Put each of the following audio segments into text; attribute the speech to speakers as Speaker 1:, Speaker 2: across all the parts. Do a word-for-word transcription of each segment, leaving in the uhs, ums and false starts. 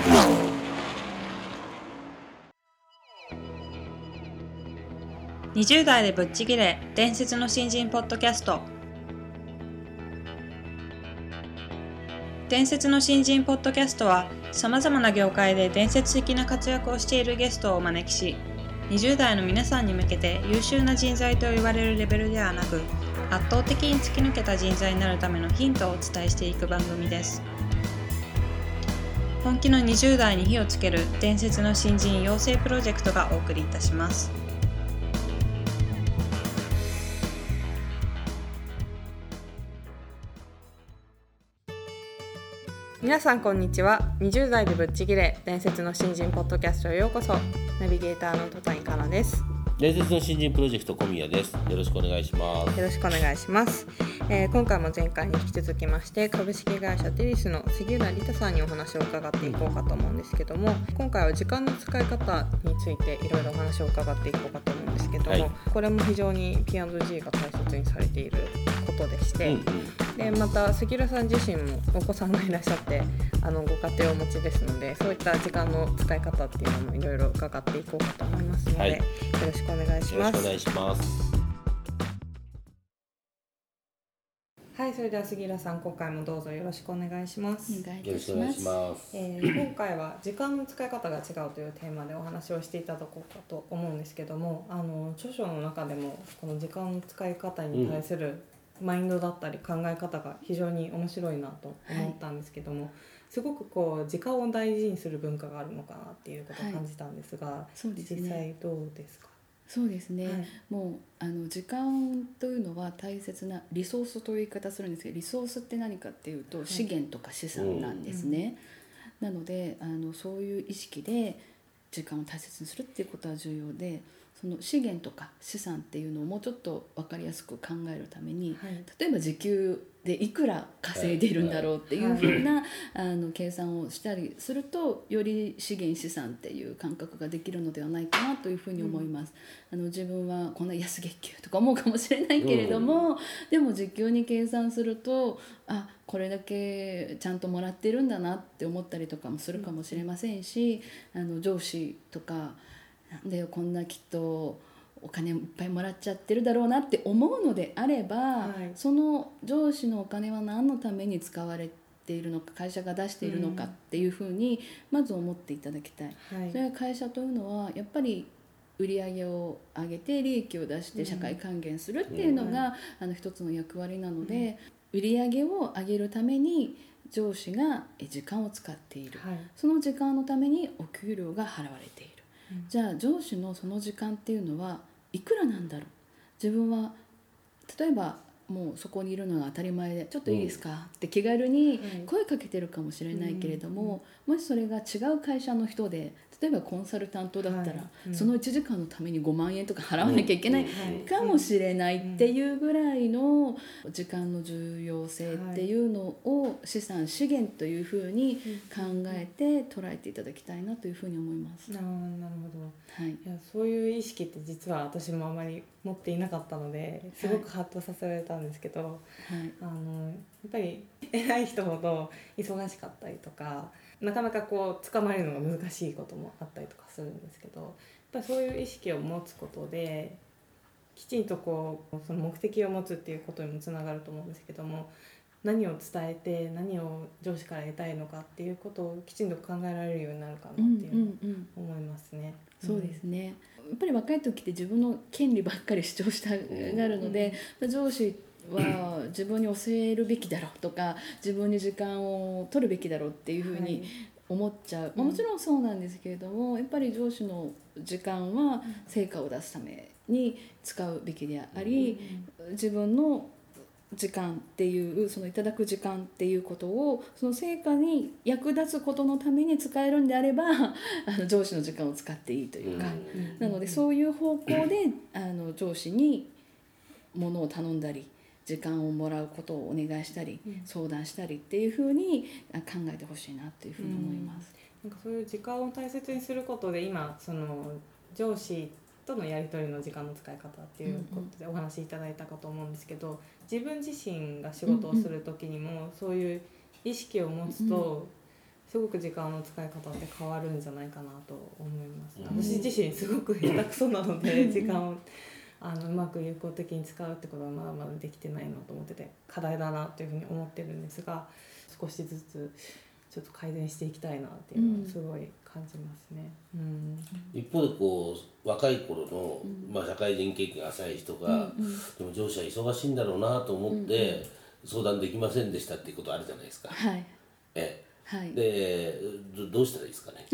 Speaker 1: にじゅう代でぶっちぎれ伝説の新人ポッドキャスト。伝説の新人ポッドキャストはさまざまな業界で伝説的な活躍をしているゲストをお招きし、にじゅう代の皆さんに向けて優秀な人材と言われるレベルではなく、圧倒的に突き抜けた人材になるためのヒントをお伝えしていく番組です。本気のにじゅう代に火をつける伝説の新人養成プロジェクトがお送りいたします。皆さんこんにちは。にじゅう代でぶっちぎれ伝説の新人ポッドキャストへようこそ。ナビゲーターの戸谷香奈です。
Speaker 2: 伝説の新人プロジェクト小宮です。よろしくお願いします。
Speaker 1: よろしくお願いします。えー、今回も前回に引き続きまして株式会社テリスの杉浦理太さんにお話を伺っていこうかと思うんですけども、今回は時間の使い方についていろいろお話を伺っていこうかと思うんですけども、はい、これも非常に ピーアンドジー が大切にされていることでして、うんうん、でまた杉浦さん自身もお子さんがいらっしゃってあのご家庭をお持ちですので、そういった時間の使い方っていうのもいろいろ伺っていこうかと思いますので、はい、よろしくお願いします。
Speaker 2: よろしくお願いします。
Speaker 1: はい、それでは杉浦さん、今回もどうぞよろしくお願いします。
Speaker 2: お願いいたします。
Speaker 1: えー、今回は時間の使い方が違うというテーマでお話をしていただこうかと思うんですけども、あの著書の中でもこの時間の使い方に対するマインドだったり考え方が非常に面白いなと思ったんですけども、はい、すごくこう時間を大事にする文化があるのかなっていうことを感じたんですが、はい、
Speaker 3: そうですね、
Speaker 1: 実際どうですか？
Speaker 3: そうですね、
Speaker 1: はい、
Speaker 3: もうあの時間というのは大切なリソースという言い方するんですけど、リソースって何かっていうと資源とか資産なんですね、はい、なのであのそういう意識で時間を大切にするっていうことは重要で、その資源とか資産っていうのをもうちょっと分かりやすく考えるために、はい、例えば時給でいくら稼いでいるんだろうっていうふうな、はい、あの計算をしたりすると、より資源資産っていう感覚ができるのではないかなというふうに思います、うん、あの自分はこんな安月給とか思うかもしれないけれども、うん、でも時給に計算すると、あ、これだけちゃんともらってるんだなって思ったりとかもするかもしれませんし、あの上司とかなんでこんなきっとお金いっぱいもらっちゃってるだろうなって思うのであれば、はい、その上司のお金は何のために使われているのか、会社が出しているのかっていうふうにまず思っていただきたい、はい、それは会社というのはやっぱり売り上げを上げて利益を出して社会還元するっていうのが、うん、あの一つの役割なので、うん、売り上げを上げるために上司が時間を使っている、はい、その時間のためにお給料が払われている、うん、じゃあ上司のその時間っていうのはいくらなんだろう。自分は例えばもうそこにいるのが当たり前でちょっといいですか、うん、って気軽に声かけてるかもしれないけれども、うん、もしそれが違う会社の人で、例えばコンサルタントだったら、はい、うん、そのいちじかんのためにごまんえんとか払わなきゃいけないかもしれないっていうぐらいの時間の重要性っていうのを資産資源というふうに考えて捉えていただきたいなというふうに思います。
Speaker 1: あ、なるほど、
Speaker 3: はい、
Speaker 1: いやそういう意識って実は私もあまり持っていなかったのですごくハッとさせられたんですけど、はい、あのやっぱり偉い人ほど忙しかったりとか、なかなかこう捕まえるのが難しいこともあったりとかするんですけど、やっぱりそういう意識を持つことできちんとこうその目的を持つっていうことにもつながると思うんですけども、何を伝えて何を上司から得たいのかっていうことをきちんと考えられるようになるかなっていうのを思いますね、
Speaker 3: うんうんうん、そうですね。やっぱり若い時って自分の権利ばっかり主張したがるので、うん、上司は自分に教えるべきだろうとか自分に時間を取るべきだろうっていうふうに思っちゃう、はい、まあ、もちろんそうなんですけれども、やっぱり上司の時間は成果を出すために使うべきであり、自分の時間っていうそのいただく時間っていうことをその成果に役立つことのために使えるんであればあの上司の時間を使っていいというか、なのでそういう方向であの上司に物を頼んだり時間をもらうことをお願いしたり相談したりっていうふうに考えてほしいなっていうふうに思います、
Speaker 1: うん、なんかそういう時間を大切にすることで今その上司とのやり取りの時間の使い方っていうことでお話しいただいたかと思うんですけど、自分自身が仕事をする時にもそういう意識を持つとすすごく時間の使い方って変わるんじゃないかなと思います、うん、私自身すごく下手くそなので時間をあのうまく有効的に使うってことはまだまだできてないなと思ってて課題だなというふうに思ってるんですが、少しずつちょっと改善していきたいなっていうのはすごい感じますね、うん、
Speaker 2: 一方でこう若い頃の、うんまあ、社会人経験が浅い人が、うんうん、でも上司は忙しいんだろうなと思って相談できませんでしたっていうことあるじゃないですか、
Speaker 3: はい
Speaker 2: え
Speaker 3: はい、
Speaker 2: で ど, どうしたらいいですかね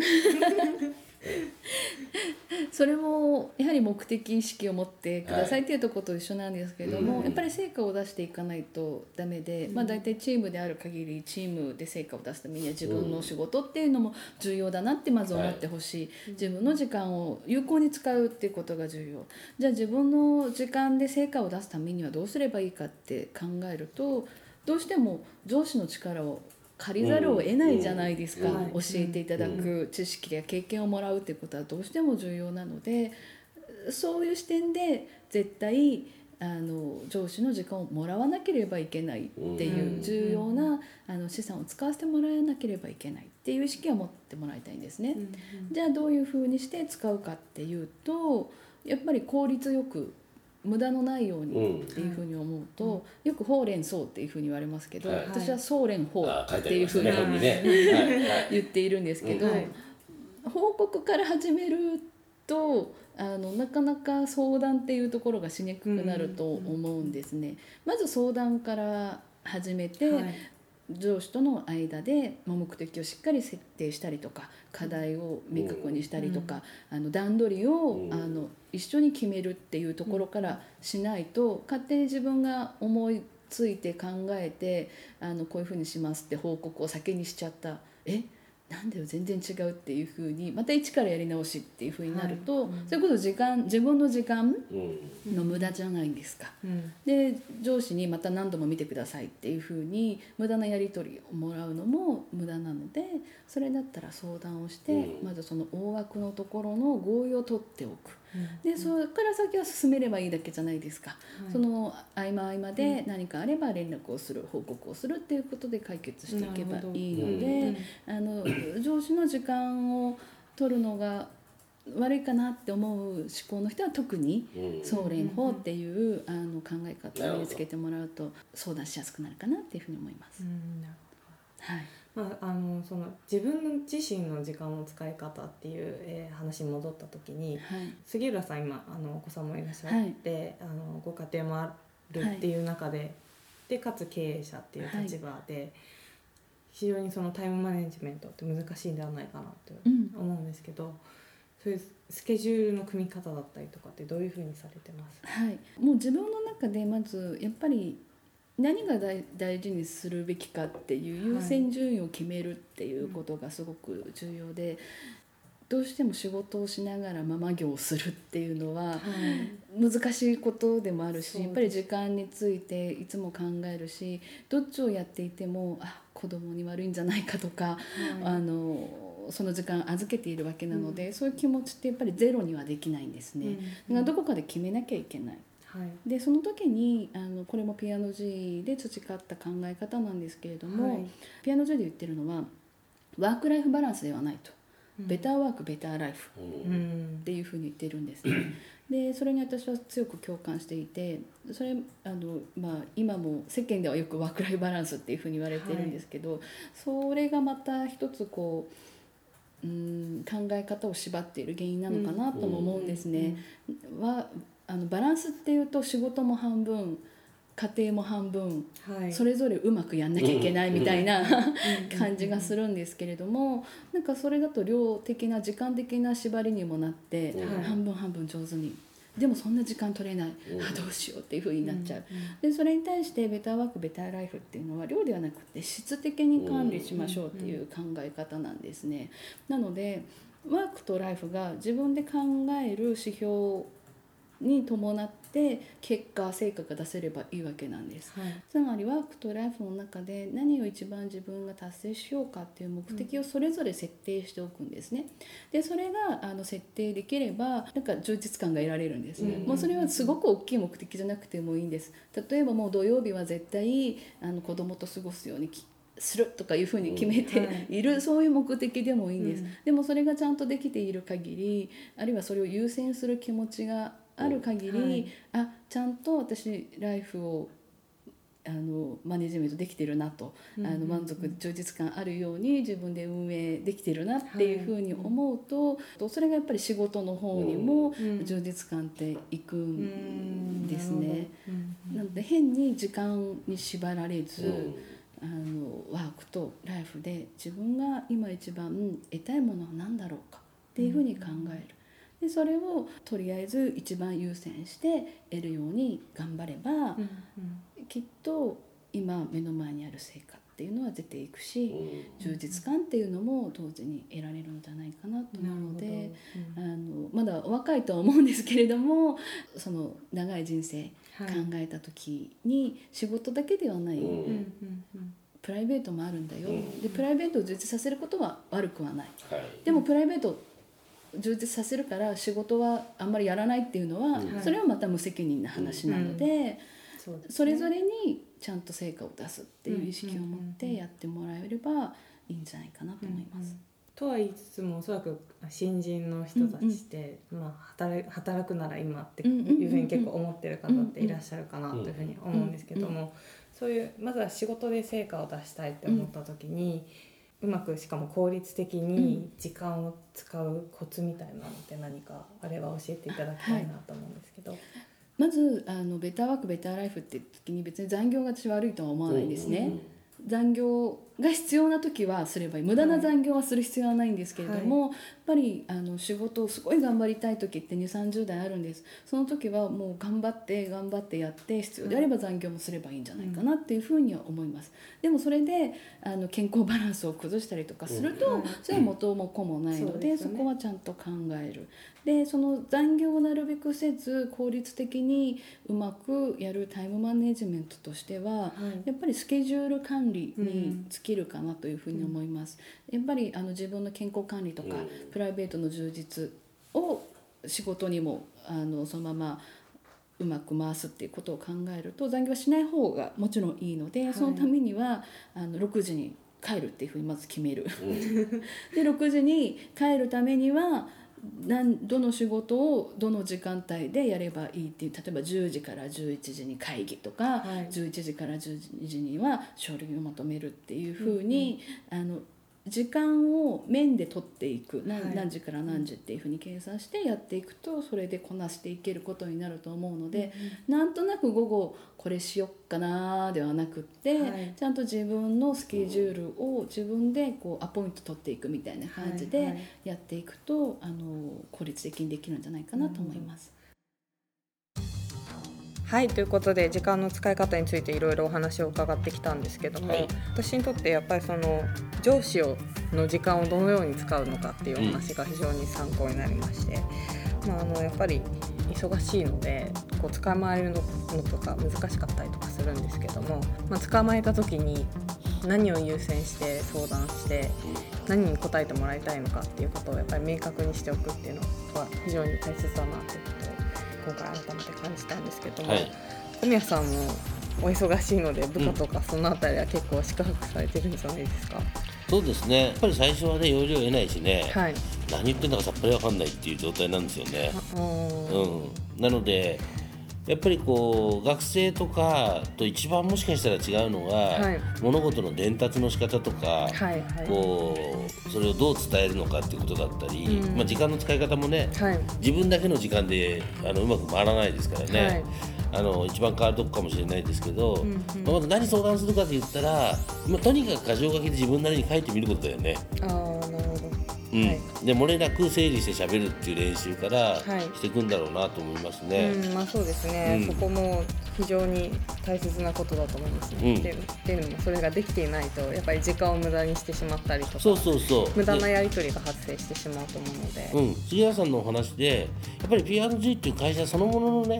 Speaker 3: それもやはり目的意識を持ってくださいっていうところと一緒なんですけれども、はい、やっぱり成果を出していかないとダメで、うんまあ、大体チームである限りチームで成果を出すためには自分の仕事っていうのも重要だなってまず思ってほしい、はい、自分の時間を有効に使うっていうことが重要。じゃあ自分の時間で成果を出すためにはどうすればいいかって考えると、どうしても上司の力を借りざるを得ないじゃないですか、うん、教えていただく知識や経験をもらうっていうことはどうしても重要なので、そういう視点で絶対あの上司の時間をもらわなければいけないっていう重要なあの資産を使わせてもらわなければいけないっていう意識を持ってもらいたいんですね、うんうん、じゃあどういうふうにして使うかっていうと、やっぱり効率よく無駄のないようにっていうふうに思うと、うん、よくほうれん草っていうふうに言われますけど、はい、私はそうれんほうっていうふうに言っているんですけど、はい、報告から始めるとあのなかなか相談っていうところがしにくくなると思うんですね、うんうん、まず相談から始めて、はい、上司との間で目的をしっかり設定したりとか課題を明確にしたりとか、うん、あの段取りを、うん、あの一緒に決めるっていうところからしないと、勝手に自分が思いついて考えてあのこういうふうにしますって報告を先にしちゃった、えなんだよ全然違うっていう風にまた一からやり直しっていう風になると、はいうん、それこそ時間自分の時間の無駄じゃないですか、うん、で上司にまた何度も見てくださいっていう風に無駄なやり取りをもらうのも無駄なので、それだったら相談をして、うん、まずその大枠のところの合意を取っておく、うん、でそれから先は進めればいいだけじゃないですか、はい、その合間合間で何かあれば連絡をする、報告をするっていうことで解決していけばいいので、あの上司の時間を取るのが悪いかなって思う思考の人は特に総連法っていうあの考え方を身につけてもらうと相談しやすくなるかなっていうふうに思います。
Speaker 1: うんなるほど、
Speaker 3: はい
Speaker 1: まあ、あのその自分自身の時間の使い方っていう、えー、話に戻った時に、はい、杉浦さん今あのお子さんもいらっしゃって、はい、あのご家庭もあるっていう中で、はい、でかつ経営者っていう立場で、はい非常にそのタイムマネジメントって難しいんではないかなと思うんですけど、うん、そういうスケジュールの組み方だったりとかってどういうふうにされてますか？
Speaker 3: はい、もう自分の中でまずやっぱり何が 大, 大事にするべきかっていう優先順位を決めるっていうことがすごく重要で、はい、どうしても仕事をしながらママ業をするっていうのは難しいことでもあるし、はい、やっぱり時間についていつも考えるし、どっちをやっていてもあ子供に悪いんじゃないかとか、はい、あのその時間預けているわけなので、うん、そういう気持ちってやっぱりゼロにはできないんですね、うんうん、だからどこかで決めなきゃいけない、はい、でその時にあのこれもピアノ G で培った考え方なんですけれども、はい、ピアノ G で言ってるのはワークライフバランスではないと、うん、ベターワークベターライフっていうふうに言ってるんですね、うんでそれに私は強く共感していて、それあの、まあ、今も世間ではよくワークライフバランスっていうふうに言われてるんですけど、はい、それがまた一つこう、うん、考え方を縛っている原因なのかなとも思うんですね、うんうん、はあのバランスっていうと仕事も半分家庭も半分、はい、それぞれうまくやんなきゃいけないみたいな感じがするんですけれども、なんかそれだと量的な時間的な縛りにもなって、はい、半分半分上手にでもそんな時間取れない、あどうしようっていう風になっちゃう、でそれに対してベターワークベターライフっていうのは量ではなくて質的に管理しましょうっていう考え方なんですね。なのでワークとライフが自分で考える指標に伴って結果成果が出せればいいわけなんです、はい、つまりワークとライフの中で何を一番自分が達成しようかっていう目的をそれぞれ設定しておくんですね。でそれがあの設定できればなんか充実感が得られるんですね、うん、もうそれはすごく大きい目的じゃなくてもいいんです。例えばもう土曜日は絶対あの子供と過ごすようにするとかいうふうに決めている、うんはい、そういう目的でもいいんです、うん、でもそれがちゃんとできている限り、あるいはそれを優先する気持ちがある限り、うんはい、あちゃんと私ライフをあのマネジメントできてるなと、うんうんうん、あの満足充実感あるように自分で運営できてるなっていうふうに思うと、はい、それがやっぱり仕事の方にも充実感っていくんですね、うんうん、なので変に時間に縛られず、うんあのワークとライフで自分が今一番得たいものは何だろうかっていうふうに考える。でそれをとりあえず一番優先して得るように頑張れば、うんうん、きっと今目の前にある成果っていうのは出ていくし、うん、充実感っていうのも同時に得られるんじゃないかなと思うので、うん、あのまだお若いとは思うんですけれども、その長い人生考えた時に仕事だけではない、うん、プライベートもあるんだよ、うん、でプライベートを充実させることは悪くはない、はい、でもプライベートを充実させるから仕事はあんまりやらないっていうのは、うん、それはまた無責任な話なので、うんうんそうですね、それぞれにちゃんと成果を出すっていう意識を持ってやってもらえればいいんじゃないかなと思います、うんうん、
Speaker 1: とは言いつつもおそらく新人の人たちって、うんうんまあ、働, 働くなら今っていうふうに結構思ってる方っていらっしゃるかなというふうに思うんですけども、そういうまずは仕事で成果を出したいって思った時に、うん、うまくしかも効率的に時間を使うコツみたいなのって何かあれば教えていただきたいなと思うんですけど、はい
Speaker 3: まずあのベターワークベターライフって時に別に残業が私悪いとは思わないですね、うんうん、残業が必要な時はすればいい、無駄な残業はする必要はないんですけれども、はい、やっぱりあの仕事をすごい頑張りたい時ってにじゅう、さんじゅう代あるんです。その時はもう頑張って頑張ってやって必要であれば残業もすればいいんじゃないかなっていうふうには思います、うん、でもそれであの健康バランスを崩したりとかすると、うん、それは元も子もないの で,、うん、そ, でね、そこはちゃんと考える。でその残業をなるべくせず効率的にうまくやるタイムマネジメントとしては、はい、やっぱりスケジュール管理に尽きるかなというふうに思います、うん、やっぱりあの自分の健康管理とか、うん、プライベートの充実を仕事にもあのそのままうまく回すっていうことを考えると残業はしない方がもちろんいいので、はい、そのためにはあのろくじに帰るっていうふうにまず決める、うん、でろくじに帰るためには何どの仕事をどの時間帯でやればいいっていう、例えばじゅうじからじゅういちじに会議とか、はい、じゅういちじからじゅうにじには書類をまとめるっていうふうに、うんうん、あの時間を面で取っていく 何,、はい、何時から何時っていうふうに計算してやっていくとそれでこなしていけることになると思うので、うん、なんとなく午後これしよっかなではなくって、はい、ちゃんと自分のスケジュールを自分でこうアポイント取っていくみたいな感じでやっていくと、はいはい、あの効率的にできるんじゃないかなと思います、
Speaker 1: うん、はい、ということで時間の使い方についていろいろお話を伺ってきたんですけども、はい、私にとってやっぱりその上司をの時間をどのように使うのかっていうお話が非常に参考になりまして、うんまあ、あのやっぱり忙しいのでこう捕まえるのとか難しかったりとかするんですけども、まあ、捕まえた時に何を優先して相談して何に答えてもらいたいのかっていうことをやっぱり明確にしておくっていうのは非常に大切だなということを今回改めて感じたんですけども、はい、小宮さんもお忙しいので部下とかそのあたりは結構宿泊されてるんじゃないですか？
Speaker 2: そうですね、やっぱり最初はね要領を得ないしね、はい、何言ってんだかさっぱり分かんないっていう状態なんですよね、うん、なのでやっぱりこう学生とかと一番もしかしたら違うのが、はい、物事の伝達の仕方とか、はいはい、こうそれをどう伝えるのかっていうことだったり、うんまあ、時間の使い方もね、はい、自分だけの時間であのうまく回らないですからね、はい、あの一番変わるとこかもしれないですけど、うんうんまあ、まず何相談するかって言ったら、まあ、とにかく箇条書きで自分なりに書いてみることだよね。
Speaker 1: あーなるほど
Speaker 2: うんはい、で漏れなく整理して喋るっていう練習からしていくんだろうなと思いますね、
Speaker 1: はいうんまあ、そうですね、うん、そこも非常に大切なことだと思いますね、うん、でっていうのもそれができていないとやっぱり時間を無駄にしてしまったりとか
Speaker 2: そうそうそう
Speaker 1: 無駄なやり取りが発生してしまうと思うので、
Speaker 2: うん、杉原さんのお話でやっぱり ピーアールジー っていう会社そのもののね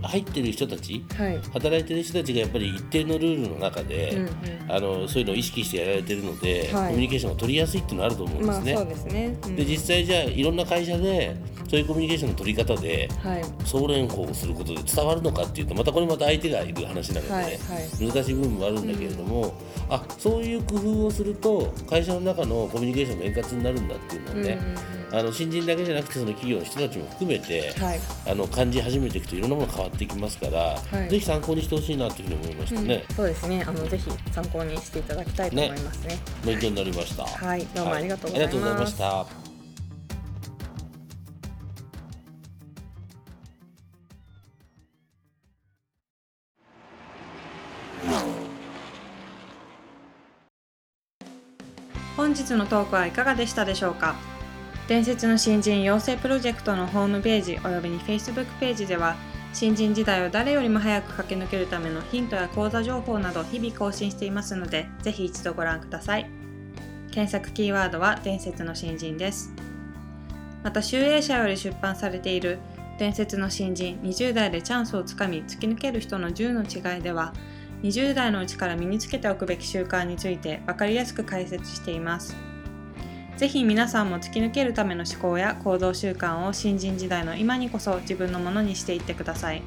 Speaker 2: 入ってる人たち、
Speaker 1: はい、
Speaker 2: 働いてる人たちがやっぱり一定のルールの中で、うんうん、あのそういうのを意識してやられてるので、はい、コミュニケーションが取りやすいっていうのはあると思うんですね。
Speaker 1: まあ、そうですね、うん、
Speaker 2: で実際じゃあいろんな会社でそういうコミュニケーションの取り方で、はい、総連合をすることで伝わるのかっていうとまたこれまた相手がいる話なので、ね、はいはい、難しい部分もあるんだけれども、うん、あそういう工夫をすると会社の中のコミュニケーションが円滑になるんだっていうのをね、うん、あの新人だけじゃなくてその企業の人たちも含めて、はい、あの感じ始めていくといろんなものが変わっていきますから、はい、ぜひ参考にしてほしいなというふうに思いましたね、
Speaker 1: うん、そうですね、あのぜひ参考にしていただきたいと思いますね。ね、
Speaker 2: 勉強になりました。
Speaker 1: はい、どうもありがとうございます。
Speaker 2: はい、ありがとうございました。
Speaker 1: 本日のトークはいかがでしたでしょうか。伝説の新人養成プロジェクトのホームページおよびに Facebook ページでは新人時代を誰よりも早く駆け抜けるためのヒントや講座情報など日々更新していますのでぜひ一度ご覧ください。検索キーワードは伝説の新人です。また集英社より出版されている伝説の新人にじゅう代でチャンスをつかみ突き抜ける人のじゅうの違いではにじゅう代のうちから身につけておくべき習慣について分かりやすく解説しています。ぜひ皆さんも突き抜けるための思考や行動習慣を新人時代の今にこそ自分のものにしていってください。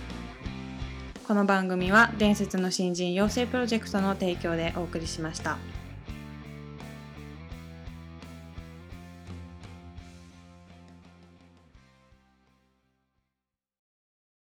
Speaker 1: この番組は伝説の新人養成プロジェクトの提供でお送りしました。